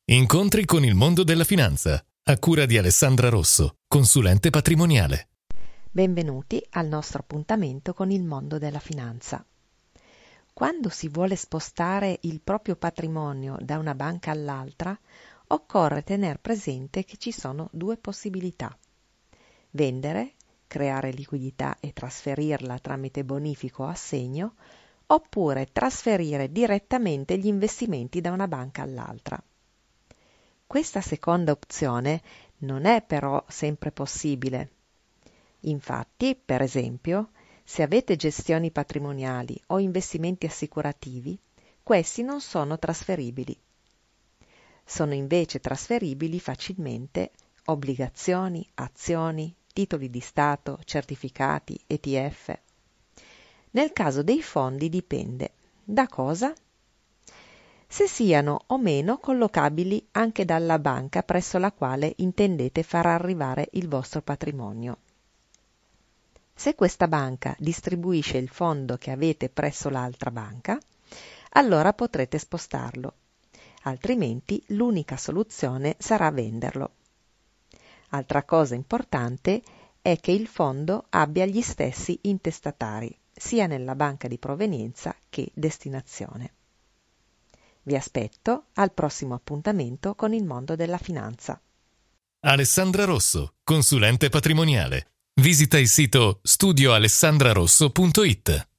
Incontri con il mondo della finanza, a cura di Alessandra Rosso, consulente patrimoniale. Benvenuti al nostro appuntamento con il mondo della finanza. Quando si vuole spostare il proprio patrimonio da una banca all'altra, occorre tener presente che ci sono due possibilità: vendere, creare liquidità e trasferirla tramite bonifico o assegno, oppure trasferire direttamente gli investimenti da una banca all'altra. Questa seconda opzione non è però sempre possibile. Infatti, per esempio, se avete gestioni patrimoniali o investimenti assicurativi, questi non sono trasferibili. Sono invece trasferibili facilmente obbligazioni, azioni, titoli di Stato, certificati, ETF. Nel caso dei fondi dipende. Da cosa? Se siano o meno collocabili anche dalla banca presso la quale intendete far arrivare il vostro patrimonio. Se questa banca distribuisce il fondo che avete presso l'altra banca, allora potrete spostarlo, altrimenti l'unica soluzione sarà venderlo. Altra cosa importante è che il fondo abbia gli stessi intestatari, sia nella banca di provenienza che destinazione. Vi aspetto al prossimo appuntamento con il mondo della finanza. Alessandra Rosso, consulente patrimoniale. Visita il sito studioalessandrarosso.it.